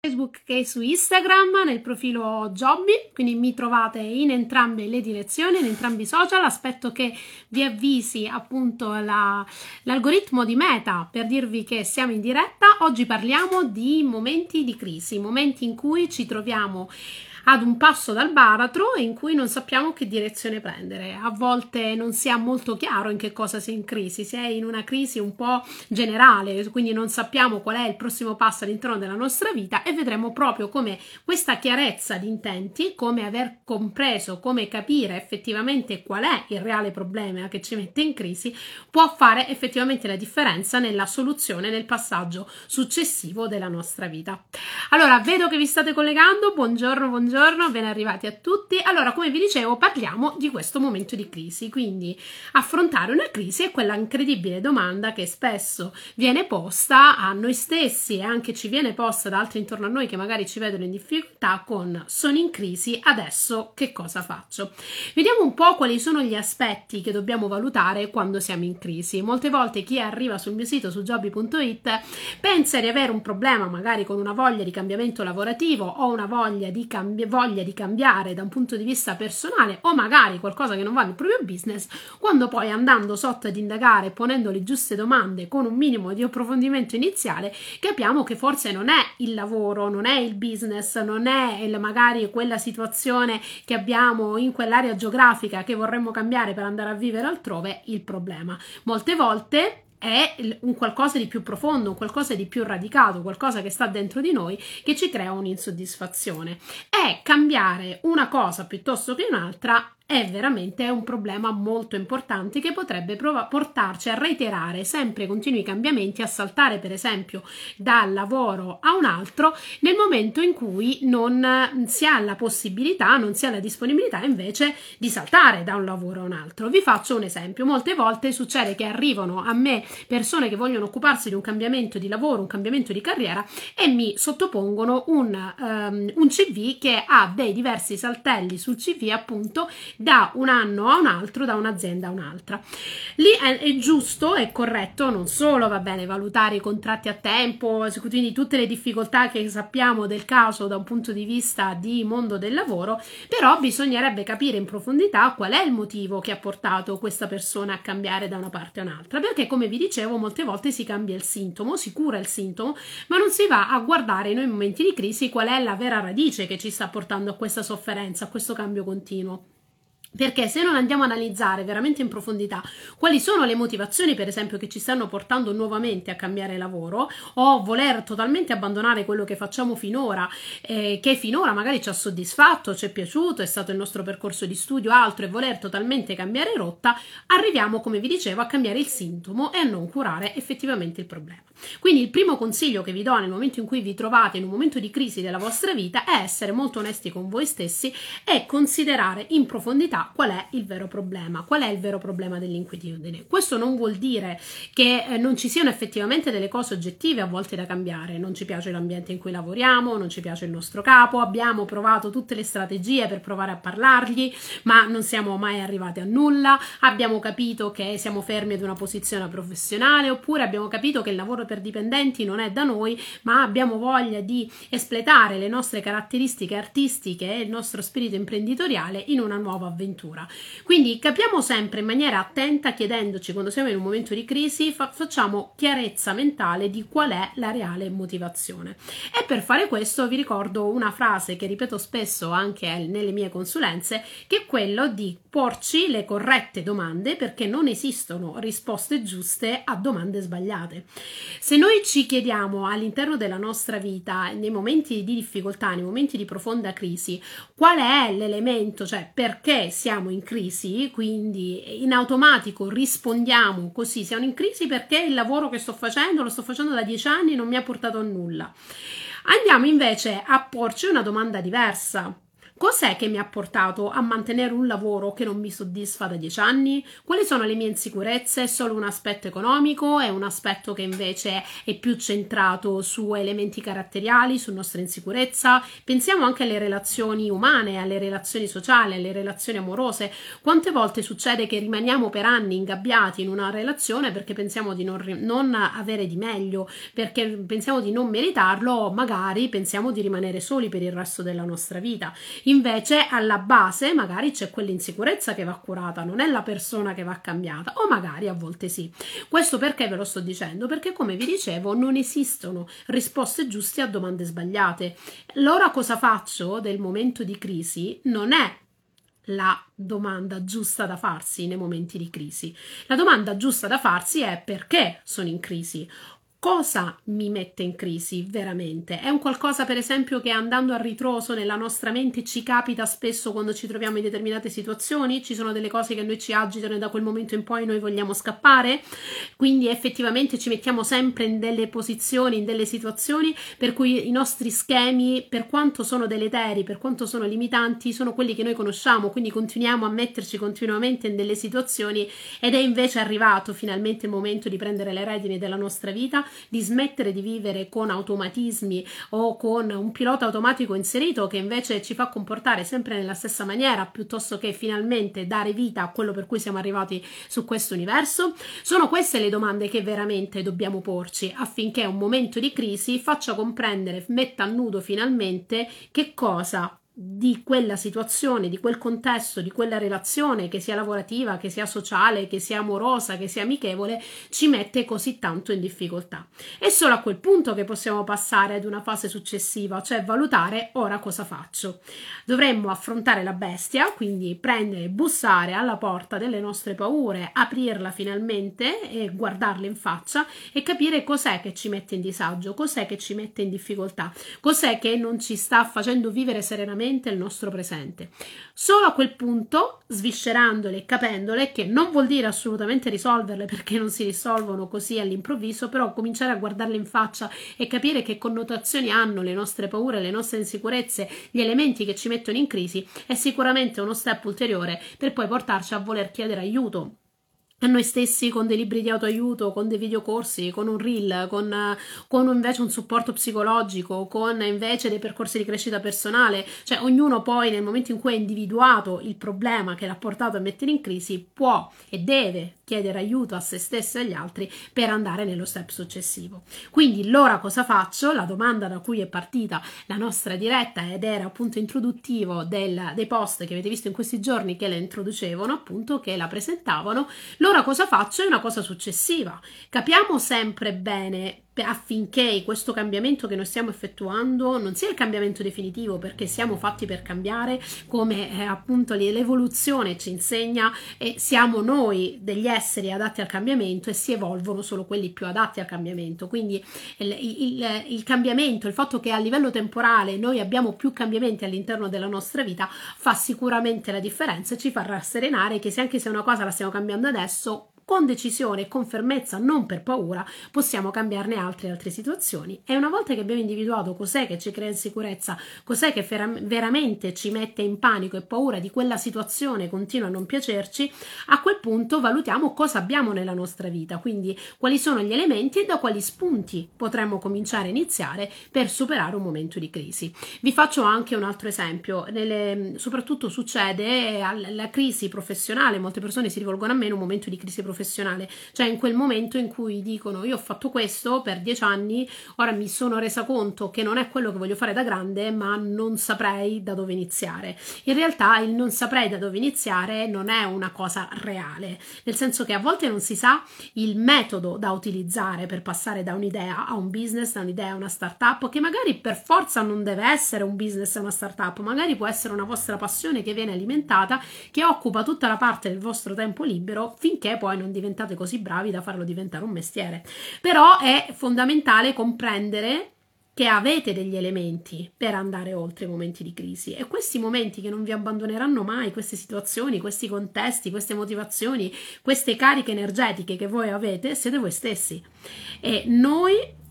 Facebook che su Instagram nel profilo Jobby, quindi mi trovate in entrambe le direzioni, in entrambi i social. Aspetto che vi avvisi appunto l'algoritmo di Meta per dirvi che siamo in diretta. Oggi parliamo di momenti di crisi, momenti in cui ci troviamo ad un passo dal baratro e in cui non sappiamo che direzione prendere. A volte non si ha molto chiaro in che cosa si è in crisi, si è in una crisi un po' generale, quindi non sappiamo qual è il prossimo passo all'interno della nostra vita, e vedremo proprio come questa chiarezza di intenti, come aver compreso, come capire effettivamente qual è il reale problema che ci mette in crisi, può fare effettivamente la differenza nella soluzione, nel passaggio successivo della nostra vita. Allora, vedo che vi state collegando, buongiorno, ben arrivati a tutti. Allora, come vi dicevo, parliamo di questo momento di crisi, quindi affrontare una crisi è quella incredibile domanda che spesso viene posta a noi stessi e anche ci viene posta da altri intorno a noi che magari ci vedono in difficoltà con: sono in crisi, adesso che cosa faccio? Vediamo un po' quali sono gli aspetti che dobbiamo valutare quando siamo in crisi. Molte volte chi arriva sul mio sito su jobby.it pensa di avere un problema magari con una voglia di cambiamento lavorativo o una voglia di cambiare da un punto di vista personale, o magari qualcosa che non va nel proprio business, quando poi andando sotto ad indagare, ponendo le giuste domande con un minimo di approfondimento iniziale, capiamo che forse non è il lavoro, non è il business, non è magari quella situazione che abbiamo in quell'area geografica che vorremmo cambiare per andare a vivere altrove il problema. Molte volte è un qualcosa di più profondo, un qualcosa di più radicato, qualcosa che sta dentro di noi che ci crea un'insoddisfazione. È cambiare una cosa piuttosto che un'altra è veramente un problema molto importante che potrebbe portarci a reiterare sempre continui cambiamenti, a saltare per esempio dal lavoro a un altro nel momento in cui non si ha la possibilità, non si ha la disponibilità invece di saltare da un lavoro a un altro. Vi faccio un esempio: molte volte succede che arrivano a me persone che vogliono occuparsi di un cambiamento di lavoro, un cambiamento di carriera, e mi sottopongono un CV che ha dei diversi saltelli sul CV, appunto, da un anno a un altro, da un'azienda a un'altra. Lì è giusto, è corretto, non solo va bene valutare i contratti a tempo, quindi tutte le difficoltà che sappiamo del caso da un punto di vista di mondo del lavoro, però bisognerebbe capire in profondità qual è il motivo che ha portato questa persona a cambiare da una parte a un'altra, perché come vi dicevo molte volte si cambia il sintomo, si cura il sintomo, ma non si va a guardare nei momenti di crisi qual è la vera radice che ci sta portando a questa sofferenza, a questo cambio continuo. Perché se non andiamo ad analizzare veramente in profondità quali sono le motivazioni, per esempio, che ci stanno portando nuovamente a cambiare lavoro o voler totalmente abbandonare quello che facciamo finora, che finora magari ci ha soddisfatto, ci è piaciuto, è stato il nostro percorso di studio, altro, e voler totalmente cambiare rotta, arriviamo, come vi dicevo, a cambiare il sintomo e a non curare effettivamente il problema. Quindi il primo consiglio che vi do nel momento in cui vi trovate in un momento di crisi della vostra vita è essere molto onesti con voi stessi e considerare in profondità qual è il vero problema, qual è il vero problema dell'inquietudine. Questo non vuol dire che non ci siano effettivamente delle cose oggettive a volte da cambiare. Non ci piace l'ambiente in cui lavoriamo, non ci piace il nostro capo, abbiamo provato tutte le strategie per provare a parlargli, ma non siamo mai arrivati a nulla. Abbiamo capito che siamo fermi ad una posizione professionale, oppure abbiamo capito che il lavoro per dipendenti non è da noi, ma abbiamo voglia di espletare le nostre caratteristiche artistiche e il nostro spirito imprenditoriale in una nuova avventura. Quindi capiamo sempre in maniera attenta, chiedendoci quando siamo in un momento di crisi, facciamo chiarezza mentale di qual è la reale motivazione. E per fare questo vi ricordo una frase che ripeto spesso anche nelle mie consulenze, che è quello di porci le corrette domande, perché non esistono risposte giuste a domande sbagliate. Se noi ci chiediamo all'interno della nostra vita, nei momenti di difficoltà, nei momenti di profonda crisi, qual è l'elemento, cioè perché siamo in crisi, quindi in automatico rispondiamo così: siamo in crisi perché il lavoro che sto facendo lo sto facendo da 10 anni e non mi ha portato a nulla. Andiamo invece a porci una domanda diversa: Cos'è che mi ha portato a mantenere un lavoro che non mi soddisfa da 10 anni? Quali sono le mie insicurezze? È solo un aspetto economico? È un aspetto che invece è più centrato su elementi caratteriali, su nostra insicurezza? Pensiamo anche alle relazioni umane, alle relazioni sociali, alle relazioni amorose. Quante volte succede che rimaniamo per anni ingabbiati in una relazione perché pensiamo di non avere di meglio, perché pensiamo di non meritarlo, o magari pensiamo di rimanere soli per il resto della nostra vita. Invece alla base magari c'è quell'insicurezza che va curata, non è la persona che va cambiata, o magari a volte sì. Questo perché ve lo sto dicendo? Perché, come vi dicevo, non esistono risposte giuste a domande sbagliate. Allora cosa faccio del momento di crisi? Non è la domanda giusta da farsi nei momenti di crisi. La domanda giusta da farsi è: perché sono in crisi? Cosa mi mette in crisi veramente? È un qualcosa, per esempio, che andando a ritroso nella nostra mente ci capita spesso quando ci troviamo in determinate situazioni? Ci sono delle cose che noi ci agitano e da quel momento in poi noi vogliamo scappare? Quindi effettivamente ci mettiamo sempre in delle posizioni, in delle situazioni per cui i nostri schemi, per quanto sono deleteri, per quanto sono limitanti, sono quelli che noi conosciamo, quindi continuiamo a metterci continuamente in delle situazioni, ed è invece arrivato finalmente il momento di prendere le redini della nostra vita, di smettere di vivere con automatismi o con un pilota automatico inserito che invece ci fa comportare sempre nella stessa maniera, piuttosto che finalmente dare vita a quello per cui siamo arrivati su questo universo. Sono queste le domande che veramente dobbiamo porci affinché un momento di crisi faccia comprendere, metta a nudo finalmente che cosa di quella situazione, di quel contesto, di quella relazione, che sia lavorativa, che sia sociale, che sia amorosa, che sia amichevole, ci mette così tanto in difficoltà. È solo a quel punto che possiamo passare ad una fase successiva, cioè valutare: ora cosa faccio? Dovremmo affrontare la bestia, quindi prendere, bussare alla porta delle nostre paure, aprirla finalmente e guardarle in faccia e capire cos'è che ci mette in disagio, cos'è che ci mette in difficoltà, cos'è che non ci sta facendo vivere serenamente il nostro presente. Solo a quel punto, sviscerandole e capendole, che non vuol dire assolutamente risolverle, perché non si risolvono così all'improvviso, però cominciare a guardarle in faccia e capire che connotazioni hanno le nostre paure, le nostre insicurezze, gli elementi che ci mettono in crisi, è sicuramente uno step ulteriore per poi portarci a voler chiedere aiuto a noi stessi, con dei libri di autoaiuto, con dei videocorsi, con un reel, con invece un supporto psicologico, con invece dei percorsi di crescita personale. Cioè ognuno poi, nel momento in cui ha individuato il problema che l'ha portato a mettere in crisi, può e deve chiedere aiuto a se stesso e agli altri per andare nello step successivo. Quindi l'ora cosa faccio? La domanda da cui è partita la nostra diretta, ed era appunto introduttivo dei post che avete visto in questi giorni, che la introducevano, appunto, che la presentavano. L'ora cosa faccio è una cosa successiva. Capiamo sempre bene affinché questo cambiamento che noi stiamo effettuando non sia il cambiamento definitivo, perché siamo fatti per cambiare, come appunto l'evoluzione ci insegna, e siamo noi degli esseri adatti al cambiamento e si evolvono solo quelli più adatti al cambiamento. Quindi il cambiamento, il fatto che a livello temporale noi abbiamo più cambiamenti all'interno della nostra vita, fa sicuramente la differenza e ci fa rasserenare che anche se una cosa la stiamo cambiando adesso, con decisione e con fermezza, non per paura, possiamo cambiarne altre situazioni. E una volta che abbiamo individuato cos'è che ci crea insicurezza, cos'è che veramente ci mette in panico e paura di quella situazione, continua a non piacerci, a quel punto valutiamo cosa abbiamo nella nostra vita, quindi quali sono gli elementi e da quali spunti potremmo cominciare a iniziare per superare un momento di crisi. Vi faccio anche un altro esempio. Soprattutto succede alla crisi professionale, molte persone si rivolgono a me in un momento di crisi professionale, cioè in quel momento in cui dicono: io ho fatto questo per 10 anni, ora mi sono resa conto che non è quello che voglio fare da grande, ma non saprei da dove iniziare. In realtà il non saprei da dove iniziare non è una cosa reale, nel senso che a volte non si sa il metodo da utilizzare per passare da un'idea a un business, da un'idea a una startup, che magari per forza non deve essere un business e una startup, magari può essere una vostra passione che viene alimentata, che occupa tutta la parte del vostro tempo libero, finché poi non diventate così bravi da farlo diventare un mestiere. Però è fondamentale comprendere che avete degli elementi per andare oltre i momenti di crisi, e questi momenti che non vi abbandoneranno mai, queste situazioni, questi contesti, queste motivazioni, queste cariche energetiche che voi avete, siete voi stessi. E noi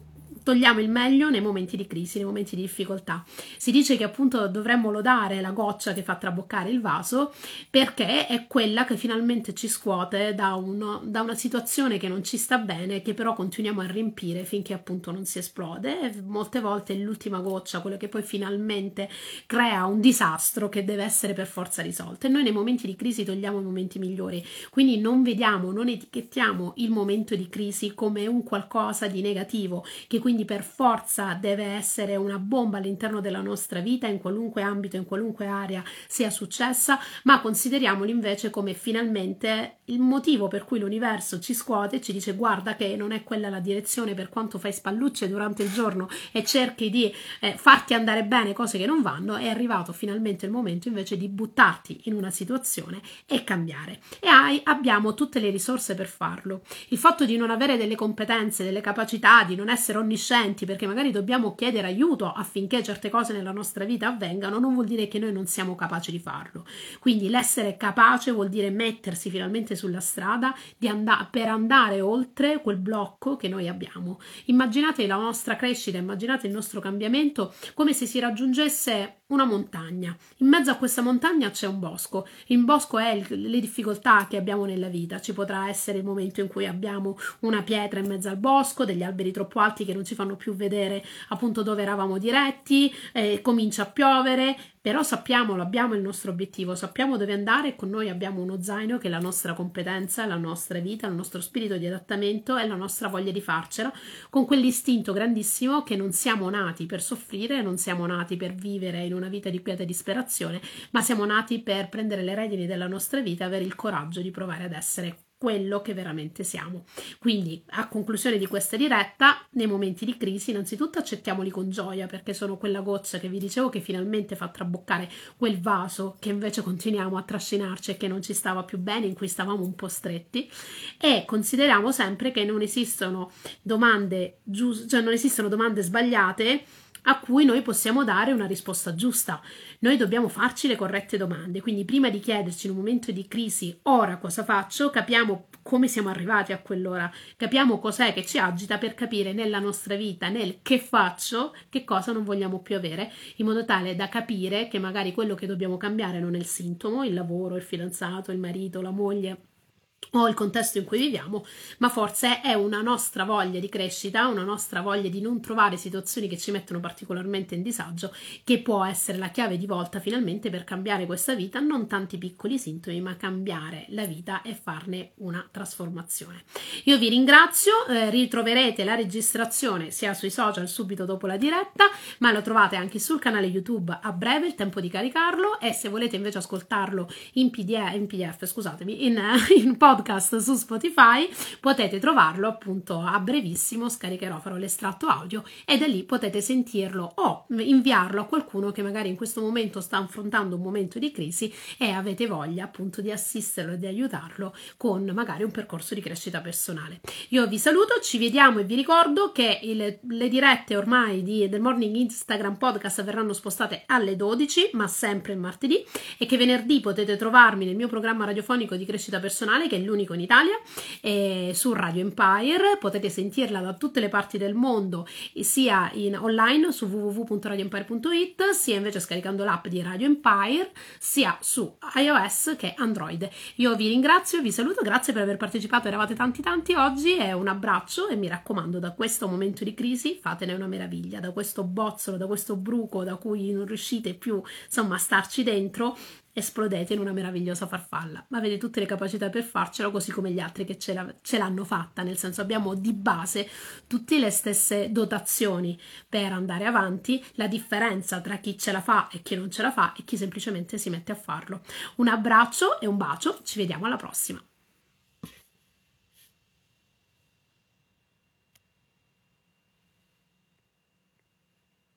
togliamo il meglio nei momenti di crisi, nei momenti di difficoltà. Si dice che appunto dovremmo lodare la goccia che fa traboccare il vaso, perché è quella che finalmente ci scuote da una situazione che non ci sta bene, che però continuiamo a riempire finché appunto non si esplode, e molte volte è l'ultima goccia, quello che poi finalmente crea un disastro che deve essere per forza risolto. E noi nei momenti di crisi togliamo i momenti migliori, quindi non vediamo, non etichettiamo il momento di crisi come un qualcosa di negativo, che quindi per forza deve essere una bomba all'interno della nostra vita, in qualunque ambito, in qualunque area sia successa, ma consideriamoli invece come finalmente il motivo per cui l'universo ci scuote e ci dice: guarda che non è quella la direzione, per quanto fai spallucce durante il giorno e cerchi di farti andare bene cose che non vanno, è arrivato finalmente il momento invece di buttarti in una situazione e cambiare, e abbiamo tutte le risorse per farlo. Il fatto di non avere delle competenze, delle capacità, di non essere onniscienti, perché magari dobbiamo chiedere aiuto affinché certe cose nella nostra vita avvengano, non vuol dire che noi non siamo capaci di farlo. Quindi l'essere capace vuol dire mettersi finalmente sulla strada per andare oltre quel blocco che noi abbiamo. Immaginate la nostra crescita, immaginate il nostro cambiamento come se si raggiungesse una montagna. In mezzo a questa montagna c'è un bosco. Il bosco è le difficoltà che abbiamo nella vita. Ci potrà essere il momento in cui abbiamo una pietra in mezzo al bosco, degli alberi troppo alti che non ci fanno più vedere appunto dove eravamo diretti, comincia a piovere, però sappiamo, abbiamo il nostro obiettivo, sappiamo dove andare, e con noi abbiamo uno zaino che è la nostra competenza, la nostra vita, il nostro spirito di adattamento e la nostra voglia di farcela, con quell'istinto grandissimo che non siamo nati per soffrire, non siamo nati per vivere in una vita di quieta disperazione, ma siamo nati per prendere le redini della nostra vita, avere il coraggio di provare ad essere quello che veramente siamo. Quindi, a conclusione di questa diretta, nei momenti di crisi innanzitutto accettiamoli con gioia, perché sono quella goccia che vi dicevo che finalmente fa traboccare quel vaso che invece continuiamo a trascinarci e che non ci stava più bene, in cui stavamo un po' stretti, e consideriamo sempre che non esistono domande cioè non esistono domande sbagliate a cui noi possiamo dare una risposta giusta. Noi dobbiamo farci le corrette domande, quindi prima di chiederci in un momento di crisi ora cosa faccio, capiamo come siamo arrivati a quell'ora, capiamo cos'è che ci agita, per capire nella nostra vita, nel che faccio, che cosa non vogliamo più avere, in modo tale da capire che magari quello che dobbiamo cambiare non è il sintomo, il lavoro, il fidanzato, il marito, la moglie o il contesto in cui viviamo, ma forse è una nostra voglia di crescita, una nostra voglia di non trovare situazioni che ci mettono particolarmente in disagio, che può essere la chiave di volta finalmente per cambiare questa vita, non tanti piccoli sintomi, ma cambiare la vita e farne una trasformazione. Io vi ringrazio, ritroverete la registrazione sia sui social subito dopo la diretta, ma lo trovate anche sul canale YouTube a breve, il tempo di caricarlo, e se volete invece ascoltarlo in PDF, scusatemi, in podcast su Spotify, potete trovarlo appunto a brevissimo. Scaricherò, farò l'estratto audio e da lì potete sentirlo o inviarlo a qualcuno che magari in questo momento sta affrontando un momento di crisi e avete voglia appunto di assisterlo e di aiutarlo con magari un percorso di crescita personale. Io vi saluto, ci vediamo, e vi ricordo che le dirette ormai del Morning Instagram Podcast verranno spostate alle 12, ma sempre il martedì, e che venerdì potete trovarmi nel mio programma radiofonico di crescita personale, che è l'unico in Italia, su Radio Empire. Potete sentirla da tutte le parti del mondo, sia online su www.radioempire.it, sia invece scaricando l'app di Radio Empire, sia su iOS che Android. Io vi ringrazio, vi saluto, grazie per aver partecipato, eravate tanti oggi, e un abbraccio, e mi raccomando, da questo momento di crisi fatene una meraviglia, da questo bozzolo, da questo bruco da cui non riuscite più insomma a starci dentro, esplodete in una meravigliosa farfalla. Ma avete tutte le capacità per farcelo, così come gli altri che ce l'hanno fatta, nel senso abbiamo di base tutte le stesse dotazioni per andare avanti. La differenza tra chi ce la fa e chi non ce la fa è chi semplicemente si mette a farlo. Un abbraccio e un bacio, ci vediamo alla prossima.